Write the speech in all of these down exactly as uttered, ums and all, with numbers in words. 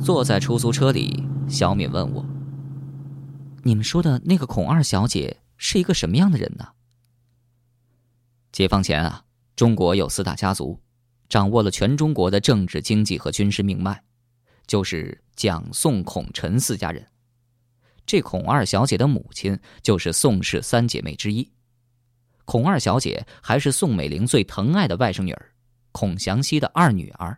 坐在出租车里，小敏问我：“你们说的那个孔二小姐是一个什么样的人呢？”解放前啊，中国有四大家族，掌握了全中国的政治、经济和军事命脉，就是蒋、宋、孔、陈四家人。这孔二小姐的母亲就是宋氏三姐妹之一。孔二小姐还是宋美龄最疼爱的外甥女儿，孔祥熙的二女儿。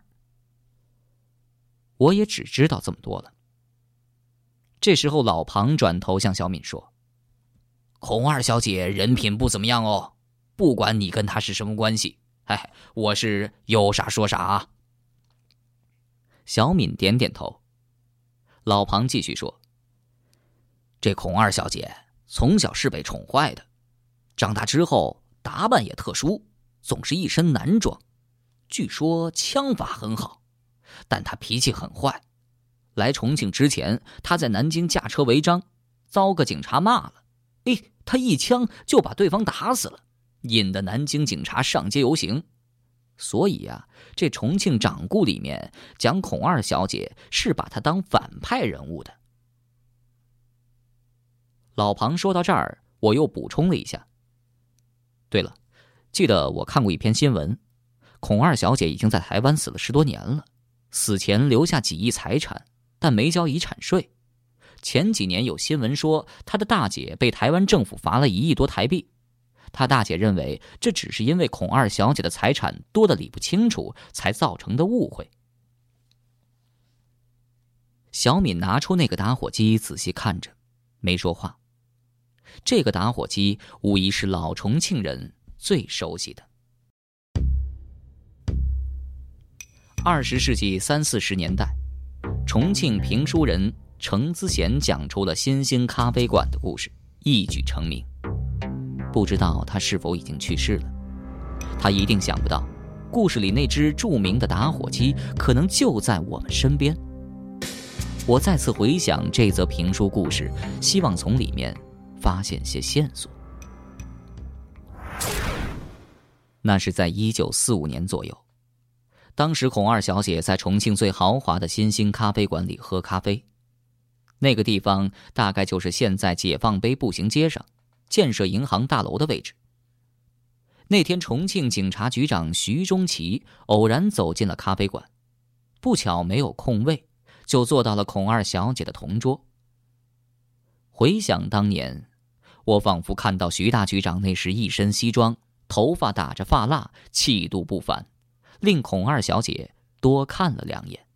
我也只知道这么多了。这时候老庞转头向小敏说：“孔二小姐人品不怎么样哦，不管你跟她是什么关系，哎，我是有啥说啥啊。”小敏点点头。老庞继续说：“这孔二小姐从小是被宠坏的，长大之后打扮也特殊，总是一身男装，据说枪法很好，但她脾气很坏。来重庆之前，她在南京驾车违章，遭个警察骂了，哎，她一枪就把对方打死了，引得南京警察上街游行。所以啊，这重庆掌故里面讲孔二小姐是把她当反派人物的。”老庞说到这儿，我又补充了一下：“对了，记得我看过一篇新闻，孔二小姐已经在台湾死了十多年了，死前留下几亿财产，但没交遗产税。前几年有新闻说，她的大姐被台湾政府罚了一亿多台币。她大姐认为这只是因为孔二小姐的财产多得理不清楚才造成的误会。”小敏拿出那个打火机仔细看着，没说话。这个打火机无疑是老重庆人最熟悉的。二十世纪三四十年代，重庆评书人程资贤讲出了新兴咖啡馆的故事，一举成名。不知道他是否已经去世了？他一定想不到，故事里那只著名的打火机可能就在我们身边。我再次回想这则评书故事，希望从里面发现些线索。那是在一九四五年左右，当时孔二小姐在重庆最豪华的新兴咖啡馆里喝咖啡。那个地方大概就是现在解放碑步行街上建设银行大楼的位置。那天重庆警察局长徐中奇偶然走进了咖啡馆，不巧没有空位，就坐到了孔二小姐的同桌。回想当年，我仿佛看到徐大局长那时一身西装，头发打着发蜡，气度不凡，令孔二小姐多看了两眼。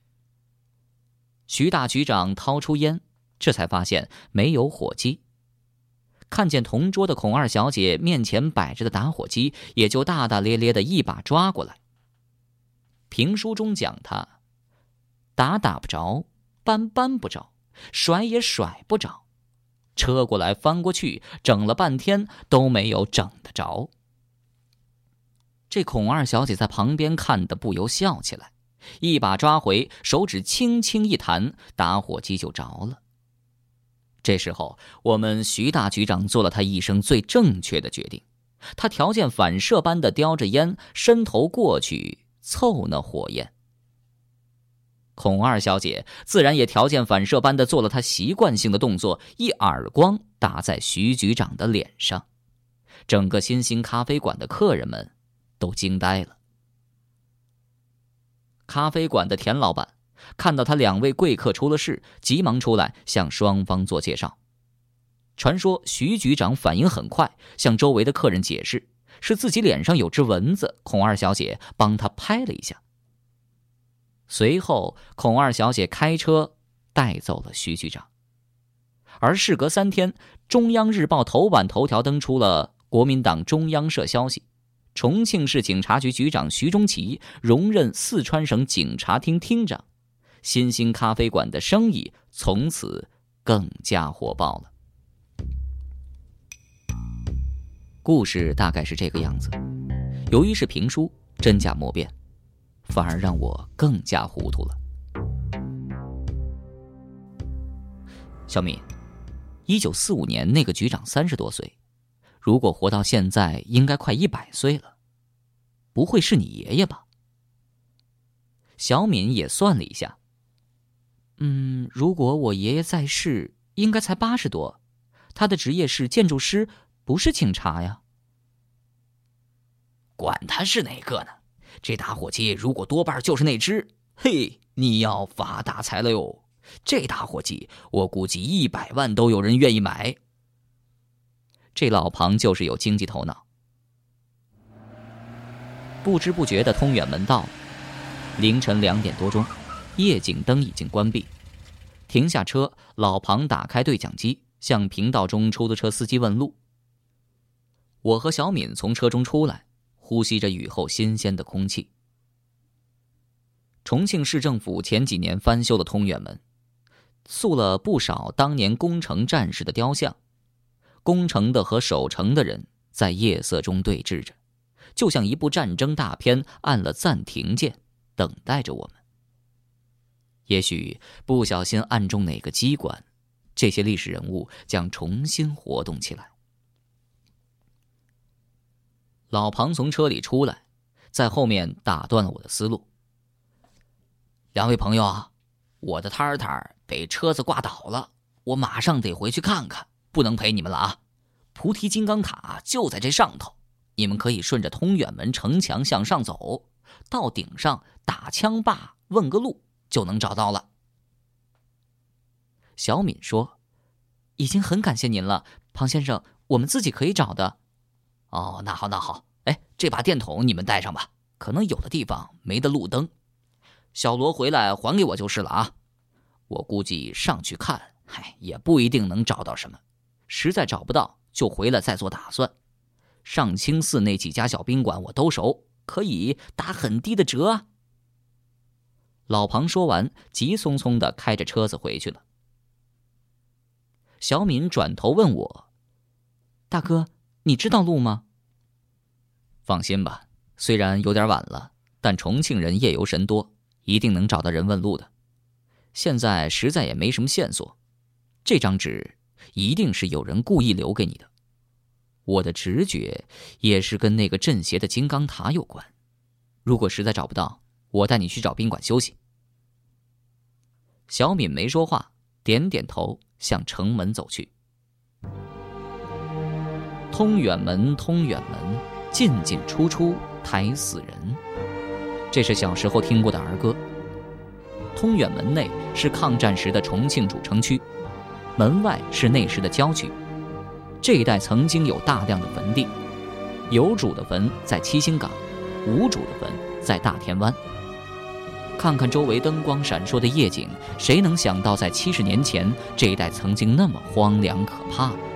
徐大局长掏出烟，这才发现没有火机。看见同桌的孔二小姐面前摆着的打火机，也就大大咧咧的一把抓过来。评书中讲他打打不着，扳扳不着，甩也甩不着，车过来翻过去，整了半天都没有整得着。这孔二小姐在旁边看得不由笑起来，一把抓回，手指轻轻一弹，打火机就着了。这时候我们徐大局长做了他一生最正确的决定，他条件反射般地叼着烟，伸头过去凑那火焰。孔二小姐自然也条件反射般地做了她习惯性的动作，一耳光打在徐局长的脸上。整个新兴咖啡馆的客人们都惊呆了。咖啡馆的田老板看到他两位贵客出了事，急忙出来向双方做介绍。传说徐局长反应很快，向周围的客人解释，是自己脸上有只蚊子，孔二小姐帮他拍了一下。随后孔二小姐开车带走了徐局长。而事隔三天，中央日报头版头条登出了国民党中央社消息，重庆市警察局局长徐中奇荣任四川省警察厅厅长，新兴咖啡馆的生意从此更加火爆了。故事大概是这个样子，由于是评书，真假莫辨，反而让我更加糊涂了。小敏，一九四五年那个局长三十多岁，如果活到现在，应该快一百岁了，不会是你爷爷吧？小敏也算了一下， 嗯，如果我爷爷在世，应该才八十多，他的职业是建筑师，不是警察呀。 管他是哪个呢，这打火机如果多半就是那只，嘿，你要发大财了哟！这打火机我估计一百万都有人愿意买。 这老庞就是有经济头脑。不知不觉的通远门到了，凌晨两点多钟，夜景灯已经关闭。停下车，老庞打开对讲机，向频道中出租车司机问路。我和小敏从车中出来，呼吸着雨后新鲜的空气。重庆市政府前几年翻修了通远门，塑了不少当年攻城战士的雕像，攻城的和守城的人在夜色中对峙着，就像一部战争大片按了暂停键，等待着我们。也许不小心按中哪个机关，这些历史人物将重新活动起来。老庞从车里出来，在后面打断了我的思路。 两位朋友啊，我的摊摊被车子挂倒了，我马上得回去看看，不能陪你们了啊。菩提金刚塔就在这上头，你们可以顺着通远门城墙向上走，到顶上打枪坝问个路就能找到了。 小敏说：“已经很感谢您了，庞先生，我们自己可以找的。” 哦，那好那好，哎，这把电筒你们带上吧，可能有的地方没得路灯。小罗回来还给我就是了啊。我估计上去看，嗨，也不一定能找到什么，实在找不到就回来再做打算。上清寺那几家小宾馆我都熟，可以打很低的折啊。 老庞说完，急匆匆地开着车子回去了。小敏转头问我：“大哥，你知道路吗？”放心吧，虽然有点晚了，但重庆人夜游神多，一定能找到人问路的。现在实在也没什么线索，这张纸一定是有人故意留给你的。我的直觉也是跟那个镇邪的金刚塔有关。如果实在找不到，我带你去找宾馆休息。小敏没说话，点点头，向城门走去。通远门，通远门，进进出出抬死人。这是小时候听过的儿歌。通远门内是抗战时的重庆主城区，门外是那时的郊区。这一带曾经有大量的坟地，有主的坟在七星岗，无主的坟在大田湾。看看周围灯光闪烁的夜景，谁能想到在七十年前这一带曾经那么荒凉可怕呢？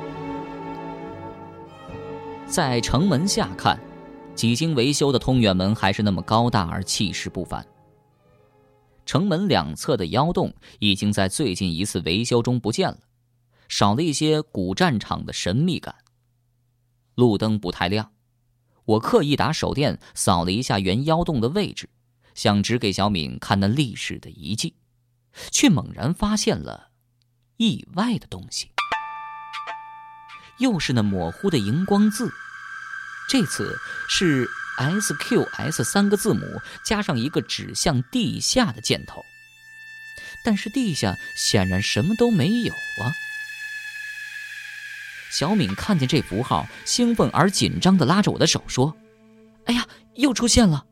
在城门下看，几经维修的通远门还是那么高大而气势不凡。城门两侧的妖洞已经在最近一次维修中不见了，少了一些古战场的神秘感。路灯不太亮，我刻意打手电扫了一下原妖洞的位置，想指给小敏看那历史的遗迹，却猛然发现了意外的东西。又是那模糊的荧光字，这次是 S Q S 三个字母加上一个指向地下的箭头，但是地下显然什么都没有啊。小敏看见这符号，兴奋而紧张地拉着我的手说：“哎呀，又出现了！”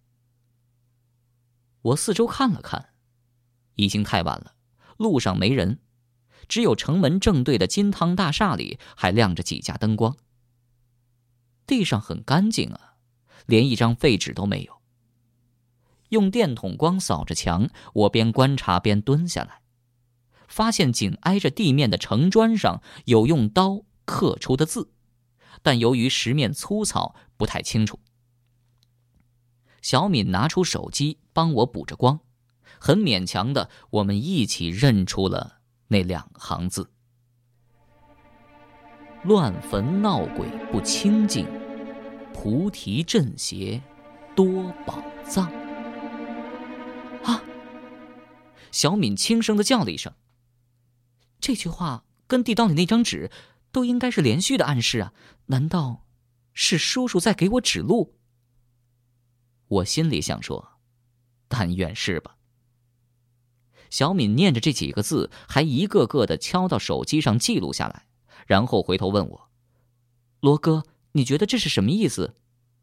我四周看了看，已经太晚了，路上没人，只有城门正对的金汤大厦里还亮着几架灯光。地上很干净啊，连一张废纸都没有。用电筒光扫着墙，我边观察边蹲下来，发现紧挨着地面的城砖上有用刀刻出的字，但由于石面粗糙，不太清楚。小敏拿出手机帮我补着光，很勉强的，我们一起认出了那两行字：乱坟闹鬼不清净，菩提镇邪多宝藏。啊！小敏轻声的叫了一声。这句话跟地道里那张纸都应该是连续的暗示啊，难道是叔叔在给我指路？我心里想说，但愿是吧。 小敏念着这几个字，还一个个的敲到手机上记录下来，然后回头问我：“罗哥，你觉得这是什么意思？”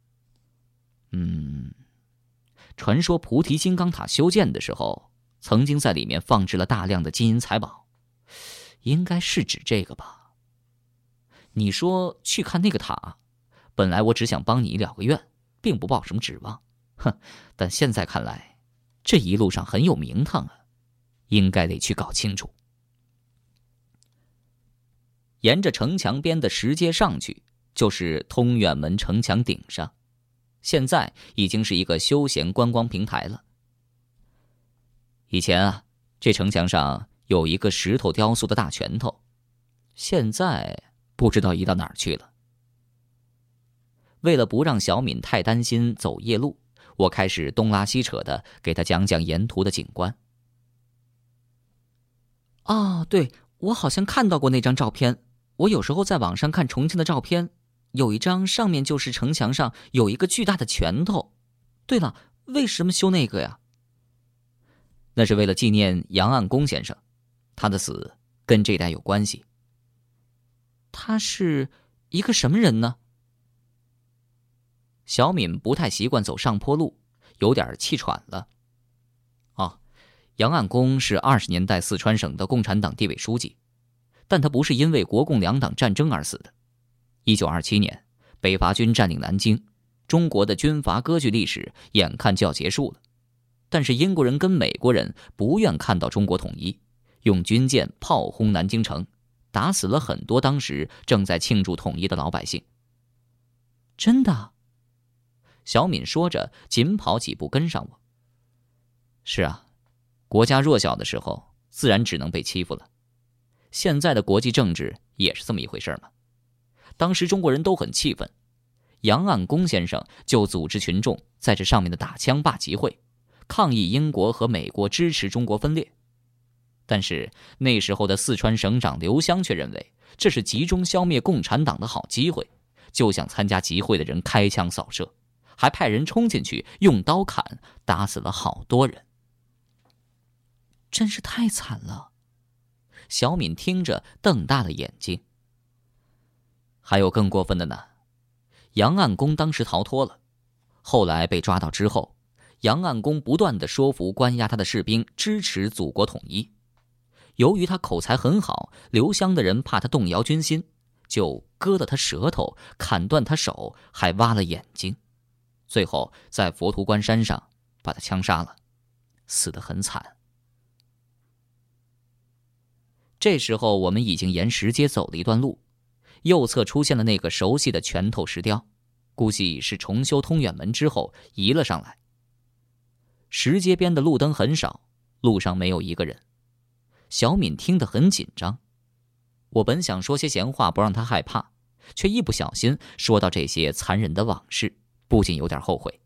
嗯，传说菩提金刚塔修建的时候，曾经在里面放置了大量的金银财宝，应该是指这个吧。你说去看那个塔，本来我只想帮你了个愿，并不抱什么指望，哼，但现在看来，这一路上很有名堂啊，应该得去搞清楚。沿着城墙边的石阶上去，就是通远门城墙顶上，现在已经是一个休闲观光平台了。以前啊，这城墙上有一个石头雕塑的大拳头，现在不知道移到哪儿去了。为了不让小敏太担心走夜路，我开始东拉西扯的给她讲讲沿途的景观。哦，对，我好像看到过那张照片。我有时候在网上看重庆的照片，有一张上面就是城墙上有一个巨大的拳头。对了，为什么修那个呀？那是为了纪念杨岸公先生，他的死跟这带有关系。他是一个什么人呢？小敏不太习惯走上坡路，有点气喘了。哦，杨岸公是二十年代四川省的共产党地委书记，但他不是因为国共两党战争而死的。一九二七年，北伐军占领南京，中国的军阀割据历史眼看就要结束了。但是英国人跟美国人不愿看到中国统一，用军舰炮轰南京城，打死了很多当时正在庆祝统一的老百姓。真的？小敏说着，紧跑几步跟上我。是啊，国家弱小的时候，自然只能被欺负了。现在的国际政治也是这么一回事嘛。当时中国人都很气愤，杨岸公先生就组织群众在这上面的打枪坝集会，抗议英国和美国支持中国分裂。但是那时候的四川省长刘湘却认为这是集中消灭共产党的好机会，就向参加集会的人开枪扫射，还派人冲进去用刀砍，打死了好多人。真是太惨了。小敏听着瞪大了眼睛。还有更过分的呢，杨岸公当时逃脱了，后来被抓到之后，杨岸公不断地说服关押他的士兵支持祖国统一。由于他口才很好，刘湘的人怕他动摇军心，就割了他舌头，砍断他手，还挖了眼睛，最后在佛图关山上把他枪杀了，死得很惨。这时候我们已经沿石阶走了一段路，右侧出现了那个熟悉的拳头石雕，估计是重修通远门之后移了上来。石阶边的路灯很少，路上没有一个人。小敏听得很紧张，我本想说些闲话不让她害怕，却一不小心说到这些残忍的往事，不禁有点后悔。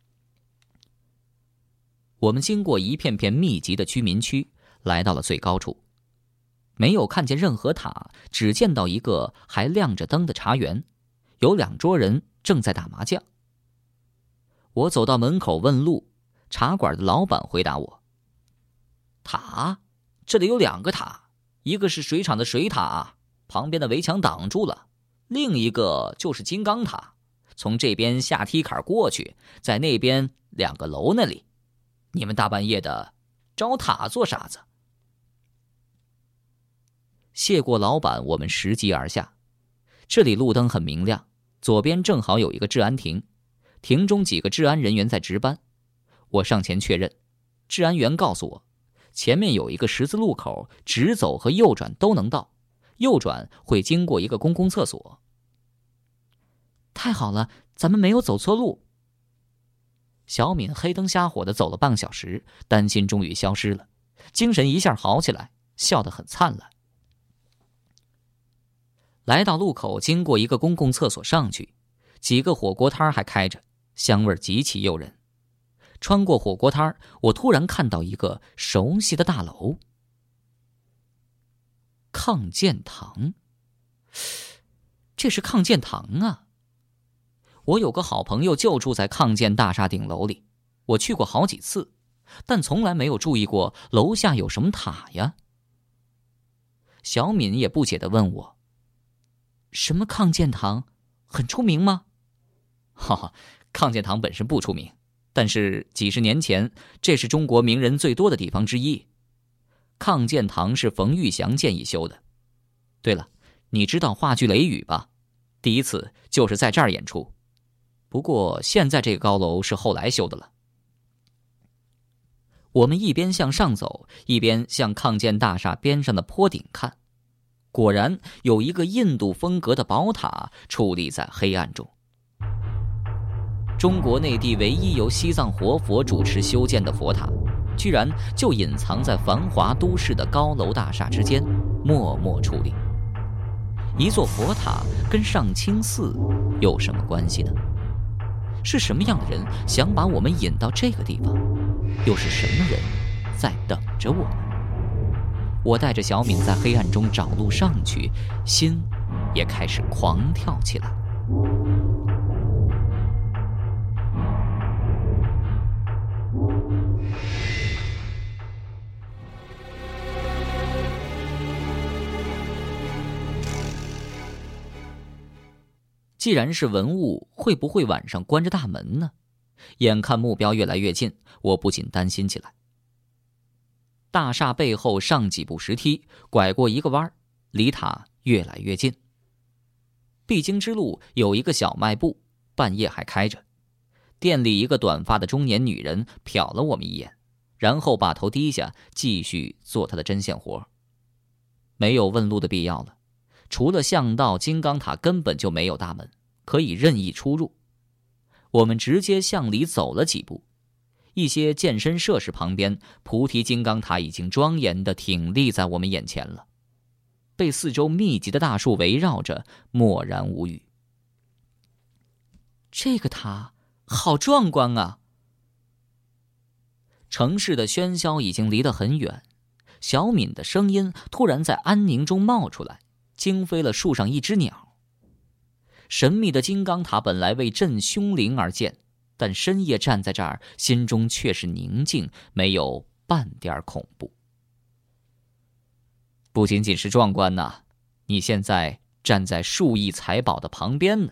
我们经过一片片密集的居民区，来到了最高处，没有看见任何塔，只见到一个还亮着灯的茶园，有两桌人正在打麻将。我走到门口问路，茶馆的老板回答我：塔？这里有两个塔，一个是水厂的水塔，旁边的围墙挡住了，另一个就是金刚塔，从这边下梯坎过去，在那边两个楼那里。你们大半夜的找塔做啥子？谢过老板，我们拾级而下。这里路灯很明亮，左边正好有一个治安亭，亭中几个治安人员在值班。我上前确认，治安员告诉我，前面有一个十字路口，直走和右转都能到，右转会经过一个公共厕所。太好了，咱们没有走错路。小敏黑灯瞎火的走了半个小时，担心终于消失了，精神一下好起来，笑得很灿烂。来到路口，经过一个公共厕所上去，几个火锅摊还开着，香味极其诱人。穿过火锅摊，我突然看到一个熟悉的大楼——抗建堂。这是抗建堂啊！我有个好朋友就住在抗建大厦顶楼里，我去过好几次， 但从来没有注意过楼下有什么塔呀。小敏也不解地问我：“什么抗建堂，很出名吗？”哈哈，抗建堂本身不出名，但是几十年前，这是中国名人最多的地方之一。抗建堂是冯玉祥建议修的。对了，你知道话剧《雷雨》吧？第一次就是在这儿演出。不过现在这个高楼是后来修的了。我们一边向上走，一边向抗建大厦边上的坡顶看，果然有一个印度风格的宝塔矗立在黑暗中。中国内地唯一由西藏活佛主持修建的佛塔，居然就隐藏在繁华都市的高楼大厦之间，默默矗立。一座佛塔跟上清寺有什么关系呢？是什么样的人想把我们引到这个地方？又是什么人在等着我们？我带着小敏在黑暗中找路上去，心也开始狂跳起来。既然是文物，会不会晚上关着大门呢？眼看目标越来越近，我不禁担心起来。大厦背后上几步石梯，拐过一个弯，离塔越来越近。必经之路有一个小卖部，半夜还开着。店里一个短发的中年女人瞟了我们一眼，然后把头低下，继续做她的针线活。没有问路的必要了，除了巷道，金刚塔根本就没有大门，可以任意出入。我们直接向里走了几步，一些健身设施旁边，菩提金刚塔已经庄严地挺立在我们眼前了，被四周密集的大树围绕着，默然无语。这个塔好壮观啊！城市的喧嚣已经离得很远，小敏的声音突然在安宁中冒出来，惊飞了树上一只鸟。神秘的金刚塔本来为镇凶灵而建，但深夜站在这儿，心中却是宁静，没有半点恐怖。不仅仅是壮观呐，你现在站在数亿财宝的旁边呢。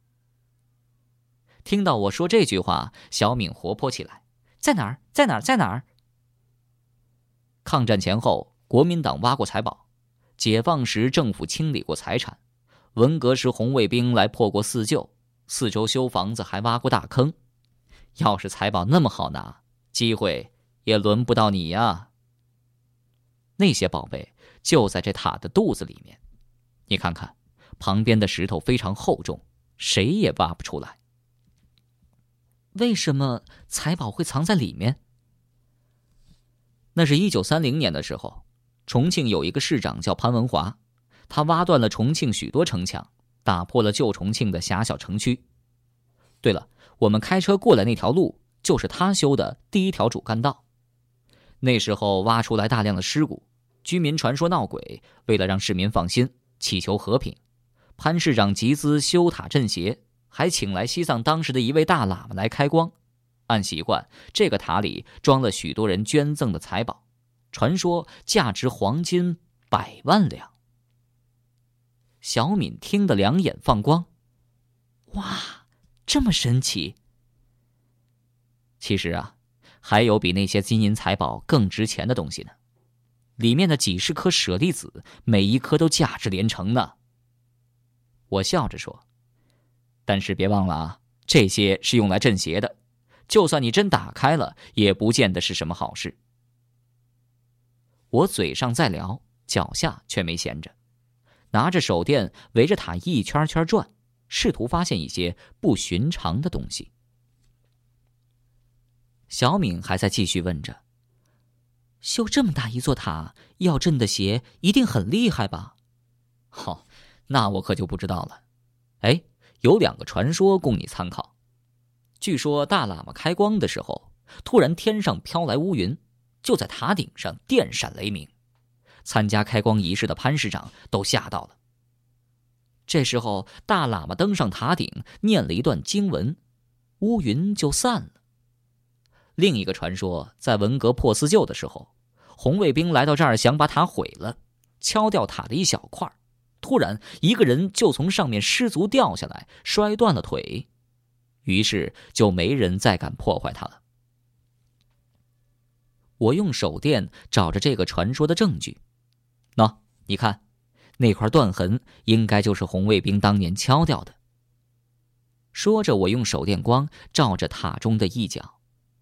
听到我说这句话，小敏活泼起来。在哪儿？在哪儿？在哪儿？抗战前后，国民党挖过财宝，解放时政府清理过财产，文革时红卫兵来破过四旧，四周修房子还挖过大坑。要是财宝那么好拿，机会也轮不到你呀。那些宝贝就在这塔的肚子里面，你看看，旁边的石头非常厚重，谁也挖不出来。为什么财宝会藏在里面？那是一九三零年的时候，重庆有一个市长叫潘文华，他挖断了重庆许多城墙，打破了旧重庆的狭小城区。对了，我们开车过来那条路就是他修的第一条主干道。那时候挖出来大量的尸骨，居民传说闹鬼，为了让市民放心，祈求和平，潘市长集资修塔镇邪，还请来西藏当时的一位大喇嘛来开光。按习惯，这个塔里装了许多人捐赠的财宝，传说价值黄金百万两。小敏听得两眼放光，哇，这么神奇！其实啊，还有比那些金银财宝更值钱的东西呢。里面的几十颗舍利子，每一颗都价值连城呢。我笑着说，但是别忘了啊，这些是用来镇邪的，就算你真打开了，也不见得是什么好事。我嘴上在聊，脚下却没闲着，拿着手电围着塔一圈圈转，试图发现一些不寻常的东西。小敏还在继续问着，修这么大一座塔，要镇的邪一定很厉害吧？哦，那我可就不知道了。哎，有两个传说供你参考。据说大喇嘛开光的时候，突然天上飘来乌云，就在塔顶上电闪雷鸣，参加开光仪式的潘市长都吓到了。这时候大喇嘛登上塔顶，念了一段经文，乌云就散了。 另一个传说，在文革破四旧的时候，红卫兵来到这儿想把塔毁了，敲掉塔的一小块，突然一个人就从上面失足掉下来，摔断了腿，于是就没人再敢破坏它了。我用手电找着这个传说的证据，喏，你看，那块断痕应该就是红卫兵当年敲掉的。说着，我用手电光照着塔中的一角。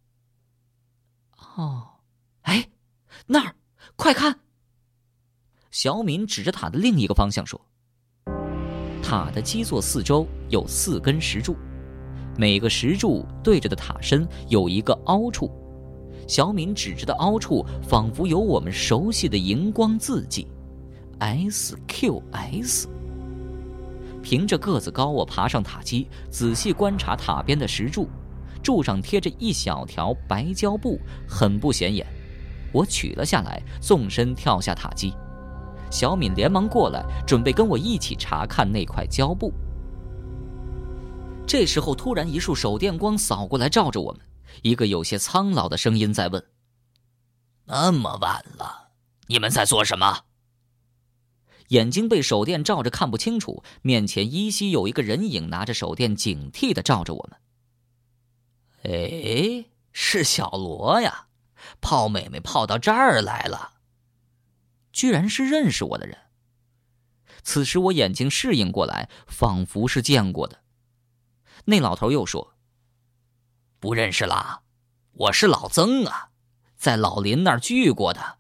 哦，哎，那儿，快看！小敏指着塔的另一个方向说：“塔的基座四周有四根石柱，每个石柱对着的塔身有一个凹处。小敏指着的凹处，仿佛有我们熟悉的荧光字迹 S Q S。凭着个子高，我爬上塔基，仔细观察塔边的石柱，柱上贴着一小条白胶布，很不显眼。我取了下来，纵身跳下塔基。小敏连忙过来，准备跟我一起查看那块胶布。这时候，突然一束手电光扫过来，照着我们。一个有些苍老的声音在问：“ 那么晚了，你们在做什么？” 眼睛被手电照着看不清楚，面前依稀有一个人影拿着手电警惕地照着我们。 哎，是小罗呀，炮妹妹炮到这儿来了。 居然是认识我的人。此时我眼睛适应过来，仿佛是见过的。那老头又说：“ 不认识啦，我是老曾啊，在老林那儿聚过的。”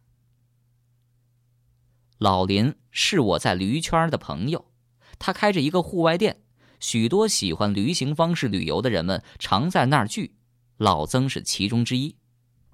老林是我在驴圈的朋友，他开着一个户外店，许多喜欢驴行方式旅游的人们常在那儿聚，老曾是其中之一。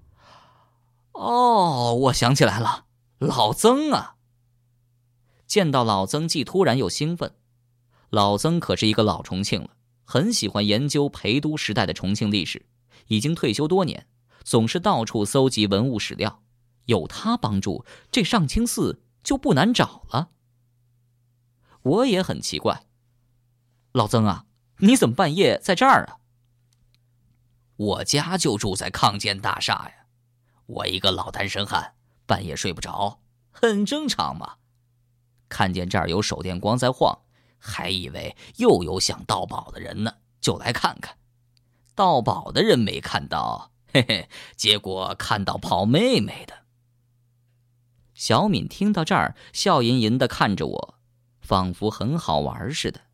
哦，我想起来了，老曾啊！ 见到老曾，既突然又兴奋。老曾可是一个老重庆了，很喜欢研究陪都时代的重庆历史，已经退休多年，总是到处搜集文物史料。有他帮助，这上清寺就不难找了。我也很奇怪，老曾啊，你怎么半夜在这儿啊？ 我家就住在康健大厦呀，我一个老单身汉，半夜睡不着，很正常嘛。看见这儿有手电光在晃，还以为又有想盗宝的人呢，就来看看。盗宝的人没看到，嘿嘿，结果看到跑妹妹的。 小敏听到这儿，笑吟吟地看着我，仿佛很好玩似的。